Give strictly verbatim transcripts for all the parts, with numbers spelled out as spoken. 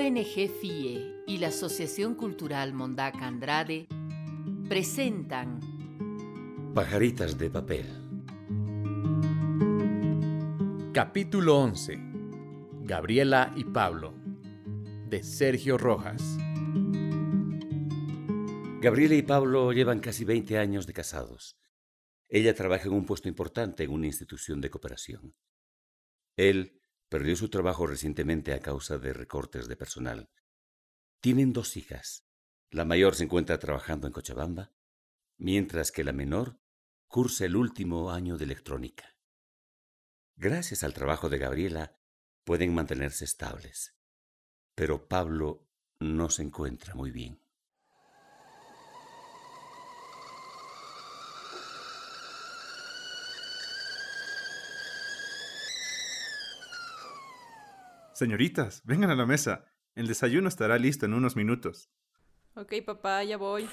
N G FIE y la Asociación Cultural Mondaca Andrade presentan Pajaritas de papel. Capítulo once. Gabriela y Pablo, de Sergio Rojas. Gabriela y Pablo llevan casi veinte años de casados. Ella trabaja en un puesto importante en una institución de cooperación. Él perdió su trabajo recientemente a causa de recortes de personal. Tienen dos hijas. La mayor se encuentra trabajando en Cochabamba, mientras que la menor cursa el último año de electrónica. Gracias al trabajo de Gabriela, pueden mantenerse estables. Pero Pablo no se encuentra muy bien. Señoritas, vengan a la mesa. El desayuno estará listo en unos minutos. Ok, papá, ya voy.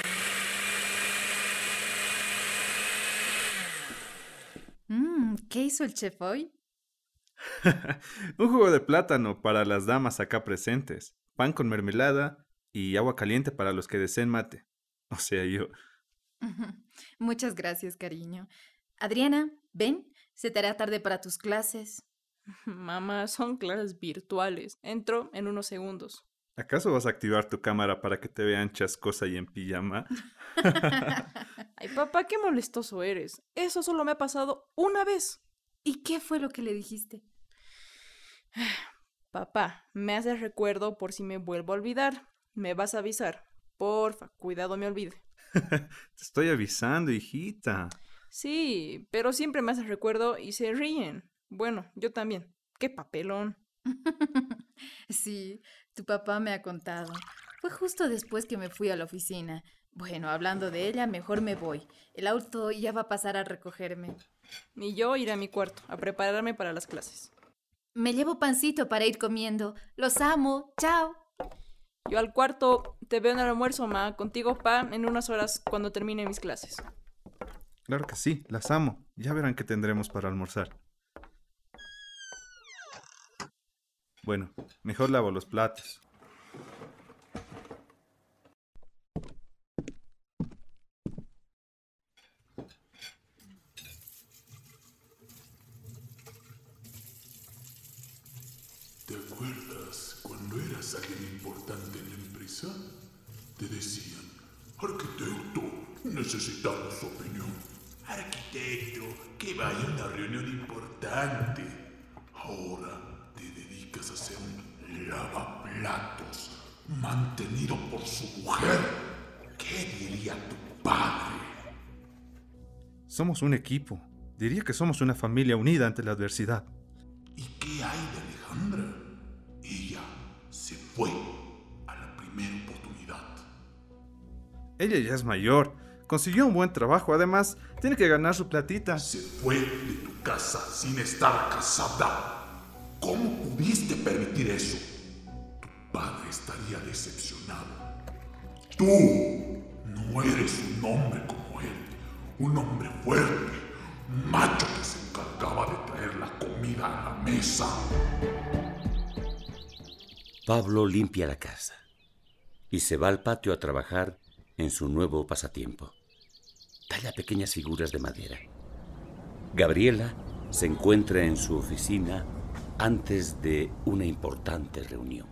Mm, ¿qué hizo el chef hoy? Un jugo de plátano para las damas acá presentes, pan con mermelada y agua caliente para los que deseen mate. O sea, yo. Muchas gracias, cariño. Adriana, ven, se te hará tarde para tus clases. Mamá, son clases virtuales. Entro en unos segundos. ¿Acaso vas a activar tu cámara para que te vean chascosa y en pijama? Ay, papá, qué molestoso eres. Eso solo me ha pasado una vez. ¿Y qué fue lo que le dijiste? Papá, me haces recuerdo por si me vuelvo a olvidar. Me vas a avisar. Porfa, cuidado me olvide. Te estoy avisando, hijita. Sí, pero siempre me haces recuerdo y se ríen. Bueno, yo también. ¡Qué papelón! Sí, tu papá me ha contado. Fue justo después que me fui a la oficina. Bueno, hablando de ella, mejor me voy. El auto ya va a pasar a recogerme. Y yo iré a mi cuarto a prepararme para las clases. Me llevo pancito para ir comiendo. Los amo. Chao. Yo al cuarto. Te veo en el almuerzo, ma. Contigo, pa, en unas horas cuando termine mis clases. Claro que sí, las amo. Ya verán qué tendremos para almorzar. Bueno, mejor lavo los platos. ¿Te acuerdas cuando eras alguien importante en la empresa? Te decían, arquitecto, necesitamos su opinión. Arquitecto, que vaya a una reunión importante. Ahora te dedicas a ser un lavaplatos, mantenido por su mujer. ¿Qué diría tu padre? Somos un equipo. Diría que somos una familia unida ante la adversidad. ¿Y qué hay de Alejandra? Ella se fue a la primera oportunidad. Ella ya es mayor. Consiguió un buen trabajo. Además, tiene que ganar su platita. Se fue de tu casa sin estar casada. ¿Cómo pudiste permitir eso? Tu padre estaría decepcionado. Tú no eres un hombre como él. Un hombre fuerte, un macho que se encargaba de traer la comida a la mesa. Pablo limpia la casa y se va al patio a trabajar en su nuevo pasatiempo. Talla pequeñas figuras de madera. Gabriela se encuentra en su oficina antes de una importante reunión.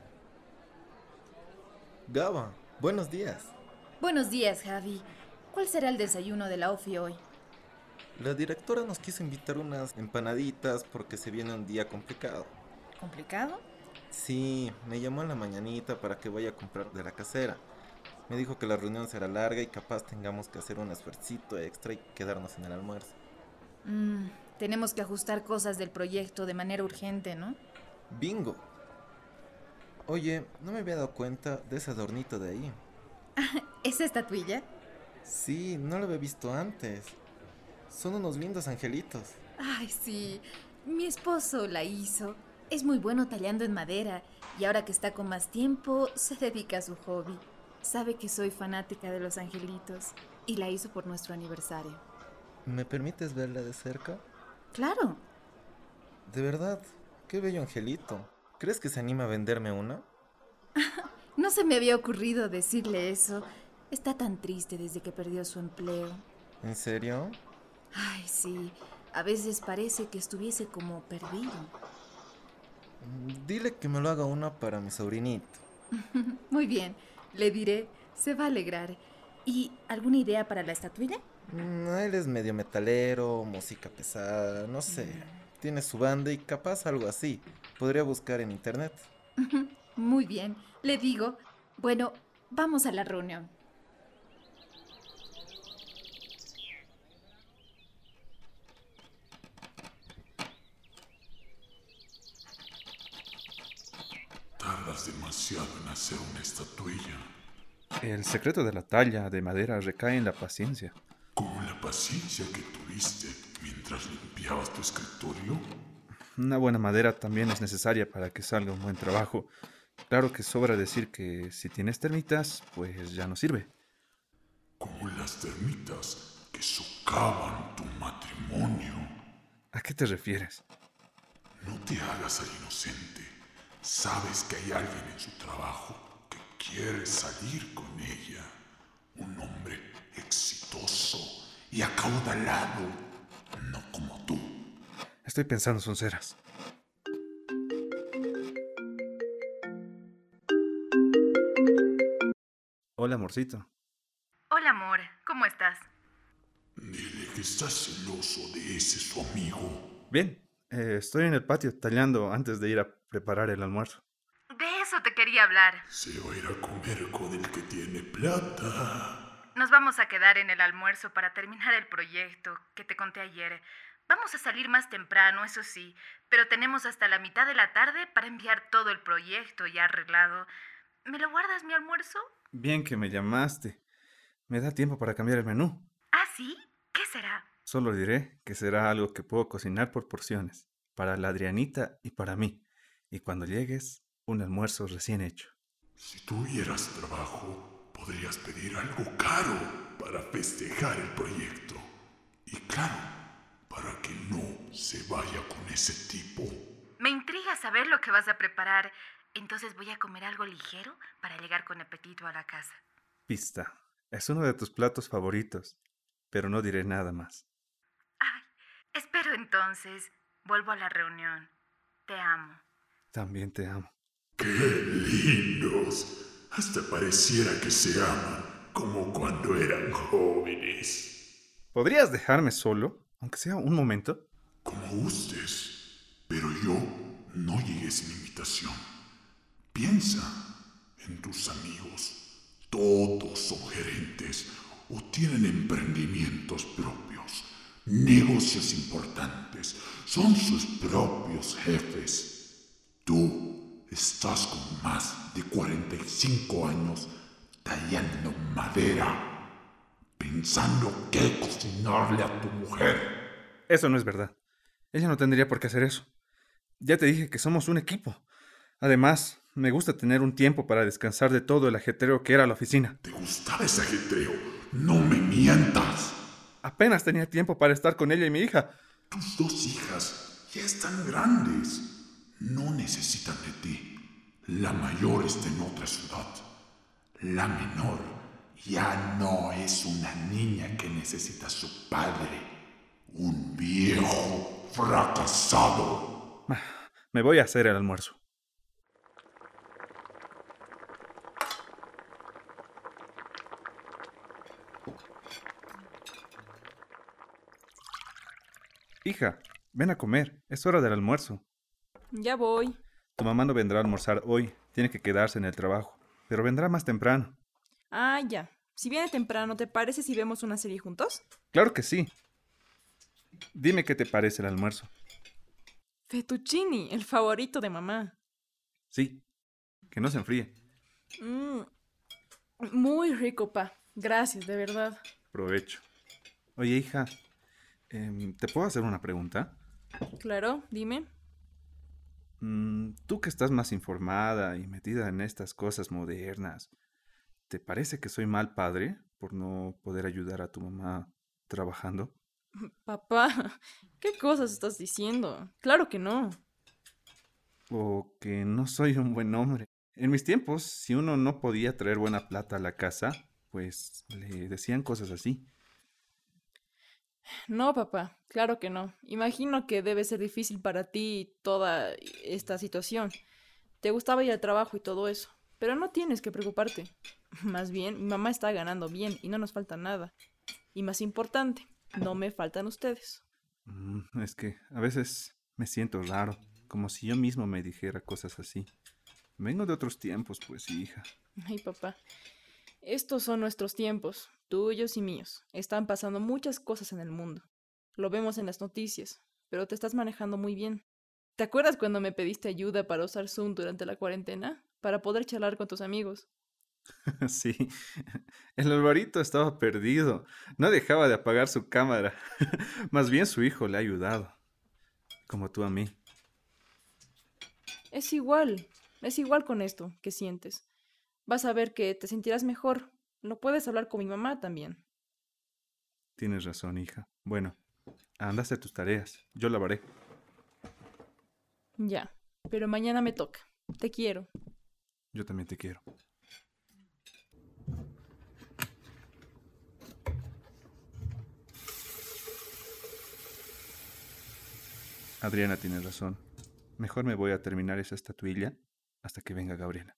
Gaba, buenos días. Buenos días, Javi. ¿Cuál será el desayuno de la OFI hoy? La directora nos quiso invitar unas empanaditas porque se viene un día complicado. ¿Complicado? Sí, me llamó en la mañanita para que vaya a comprar de la casera. Me dijo que la reunión será larga y capaz tengamos que hacer un esfuercito extra y quedarnos en el almuerzo. Mm, tenemos que ajustar cosas del proyecto de manera urgente, ¿no? ¡Bingo! Oye, no me había dado cuenta de ese adornito de ahí. ¿Es esta tuya? Sí, no lo había visto antes. Son unos lindos angelitos. Ay, sí. Mi esposo la hizo. Es muy bueno tallando en madera y ahora que está con más tiempo, se dedica a su hobby. Sabe que soy fanática de los angelitos y la hizo por nuestro aniversario. ¿Me permites verla de cerca? Claro. De verdad, qué bello angelito. ¿Crees que se anima a venderme una? No se me había ocurrido decirle eso. Está tan triste desde que perdió su empleo. ¿En serio? Ay, sí. A veces parece que estuviese como perdido. Dile que me lo haga una para mi sobrinito. Muy bien, le diré. Se va a alegrar. ¿Y alguna idea para la estatuilla? Mm, él es medio metalero, música pesada, no sé. Tiene su banda y capaz algo así. Podría buscar en internet. Muy bien, le digo. Bueno, vamos a la reunión. Tardas demasiado en hacer una estatuilla. El secreto de la talla de madera recae en la paciencia. Como la paciencia que tuviste mientras limpiabas tu escritorio. Una buena madera también es necesaria para que salga un buen trabajo. Claro que sobra decir que si tienes termitas, pues ya no sirve. Como las termitas que socavan tu matrimonio. ¿A qué te refieres? No te hagas al inocente. Sabes que hay alguien en su trabajo que quiere salir con ella. Un hombre exitoso y acaudalado, no como tú. Estoy pensando sonceras. Hola, amorcito. Hola, amor. ¿Cómo estás? Dile que estás celoso de ese su amigo. Bien, eh, estoy en el patio tallando antes de ir a preparar el almuerzo. De eso te quería hablar. Se va a ir a comer con el que tiene plata. Nos vamos a quedar en el almuerzo para terminar el proyecto que te conté ayer. Vamos a salir más temprano, eso sí, pero tenemos hasta la mitad de la tarde para enviar todo el proyecto ya arreglado. ¿Me lo guardas mi almuerzo? Bien que me llamaste. Me da tiempo para cambiar el menú. ¿Ah, sí? ¿Qué será? Solo diré que será algo que puedo cocinar por porciones, para la Adrianita y para mí. Y cuando llegues, un almuerzo recién hecho. Si tuvieras trabajo, podrías pedir algo caro para festejar el proyecto. Y claro, para que no se vaya con ese tipo. Me intriga saber lo que vas a preparar. Entonces voy a comer algo ligero para llegar con apetito a la casa. Pista. Es uno de tus platos favoritos, pero no diré nada más. Ay, espero entonces. Vuelvo a la reunión. Te amo. También te amo. ¡Qué lindos! Hasta pareciera que se aman como cuando eran jóvenes. ¿Podrías dejarme solo, aunque sea un momento? Como gustes, pero yo no llegué sin invitación. Piensa en tus amigos. Todos son gerentes o tienen emprendimientos propios, negocios importantes, son sus propios jefes. Tú estás con más de cuarenta y cinco años tallando madera, pensando qué cocinarle a tu mujer. Eso no es verdad. Ella no tendría por qué hacer eso. Ya te dije que somos un equipo. Además, me gusta tener un tiempo para descansar de todo el ajetreo que era la oficina. ¿Te gustaba ese ajetreo? ¡No me mientas! Apenas tenía tiempo para estar con ella y mi hija. Tus dos hijas ya están grandes. No necesitan de ti. La mayor está en otra ciudad. La menor ya no es una niña que necesita a su padre. Un viejo fracasado. Me voy a hacer el almuerzo. Hija, ven a comer. Es hora del almuerzo. Ya voy. Tu mamá no vendrá a almorzar hoy. Tiene que quedarse en el trabajo. Pero vendrá más temprano. Ah, ya. Si viene temprano, ¿te parece si vemos una serie juntos? Claro que sí. Dime qué te parece el almuerzo. Fettuccini, el favorito de mamá. Sí, que no se enfríe. Mm, muy rico, pa. Gracias, de verdad. Provecho. Oye, hija, eh, ¿te puedo hacer una pregunta? Claro, dime. Mm, tú que estás más informada y metida en estas cosas modernas, ¿te parece que soy mal padre por no poder ayudar a tu mamá trabajando? Papá, ¿qué cosas estás diciendo? Claro que no. ¿O que no soy un buen hombre? En mis tiempos, si uno no podía traer buena plata a la casa, pues le decían cosas así. No, papá, claro que no. Imagino que debe ser difícil para ti toda esta situación. Te gustaba ir al trabajo y todo eso, pero no tienes que preocuparte. Más bien, mi mamá está ganando bien y no nos falta nada. Y más importante, no me faltan ustedes. Mm, es que a veces me siento raro, como si yo mismo me dijera cosas así. Vengo de otros tiempos, pues, hija. Ay, papá, estos son nuestros tiempos, tuyos y míos. Están pasando muchas cosas en el mundo. Lo vemos en las noticias, pero te estás manejando muy bien. ¿Te acuerdas cuando me pediste ayuda para usar Zoom durante la cuarentena? Para poder charlar con tus amigos. Sí, el Alvarito estaba perdido. No dejaba de apagar su cámara. Más bien su hijo le ha ayudado. Como tú a mí. Es igual, es igual con esto que sientes. Vas a ver que te sentirás mejor. Lo puedes hablar con mi mamá también. Tienes razón, hija. Bueno, anda a hacer tus tareas. Yo lavaré. Ya, pero mañana me toca. Te quiero. Yo también te quiero. Adriana tiene razón. Mejor me voy a terminar esa estatuilla hasta que venga Gabriela.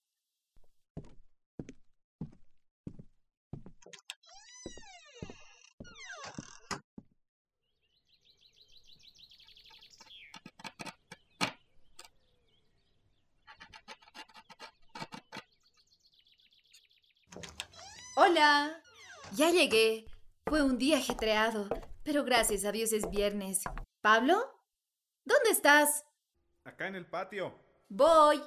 Hola, ya llegué. Fue un día ajetreado, pero gracias a Dios es viernes. ¿Pablo? ¿Dónde estás? Acá en el patio. Voy.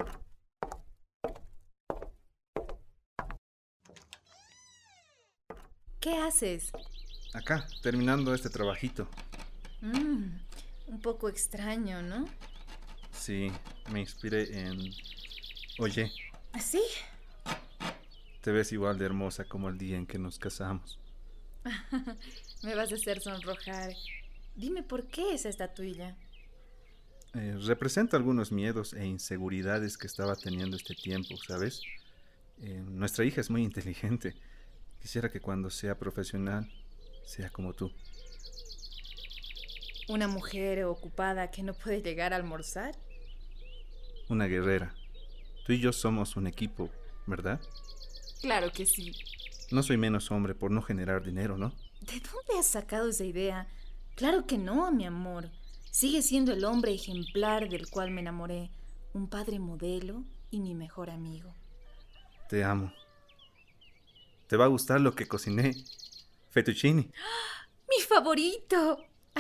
¿Qué haces? Acá, terminando este trabajito. Mm, un poco extraño, ¿no? Sí, me inspiré en... Oye, ¿Así? te ves igual de hermosa como el día en que nos casamos. Me vas a hacer sonrojar. Dime por qué esa estatuilla. Eh, representa algunos miedos e inseguridades que estaba teniendo este tiempo, ¿sabes? Eh, nuestra hija es muy inteligente. Quisiera que cuando sea profesional sea como tú. ¿Una mujer ocupada que no puede llegar a almorzar? Una guerrera. Tú y yo somos un equipo, ¿verdad? Claro que sí. No soy menos hombre por no generar dinero, ¿no? ¿De dónde has sacado esa idea? Claro que no, mi amor. Sigue siendo el hombre ejemplar del cual me enamoré, un padre modelo y mi mejor amigo. Te amo. Te va a gustar lo que cociné. Fettuccine. ¡Mi favorito!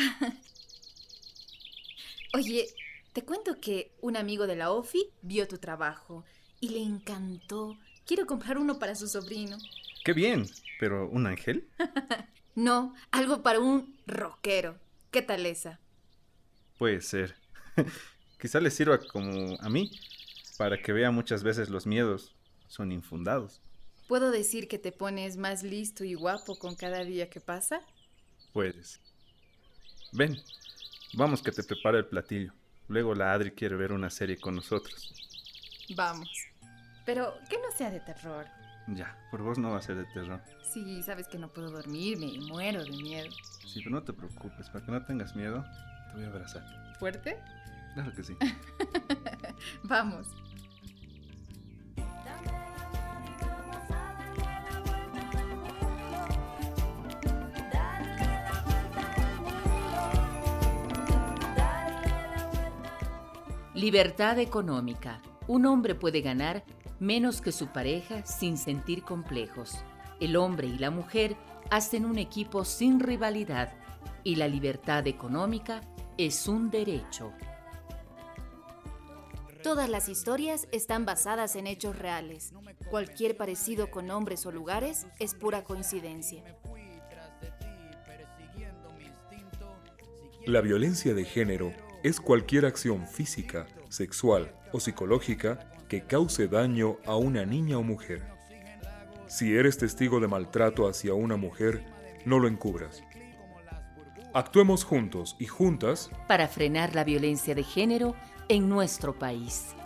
Oye, te cuento que un amigo de la OFI vio tu trabajo y le encantó. Quiero comprar uno para su sobrino. ¡Qué bien! ¿Pero un ángel? No, algo para un rockero. ¿Qué tal esa? Puede ser. Quizá le sirva como a mí, para que vea muchas veces los miedos son infundados. ¿Puedo decir que te pones más listo y guapo con cada día que pasa? Puedes. Ven, vamos que te prepara el platillo. Luego la Adri quiere ver una serie con nosotros. Vamos. Pero que no sea de terror. Ya, por vos no va a ser de terror. Sí, sabes que no puedo dormirme y muero de miedo. Sí, pero no te preocupes, para que no tengas miedo, te voy a abrazar. ¿Fuerte? Claro que sí. Vamos. Libertad económica. Un hombre puede ganar menos que su pareja sin sentir complejos. El hombre y la mujer hacen un equipo sin rivalidad y la libertad económica es un derecho. Todas las historias están basadas en hechos reales. Cualquier parecido con nombres o lugares es pura coincidencia. La violencia de género es cualquier acción física, sexual o psicológica que cause daño a una niña o mujer. Si eres testigo de maltrato hacia una mujer, no lo encubras. Actuemos juntos y juntas para frenar la violencia de género en nuestro país.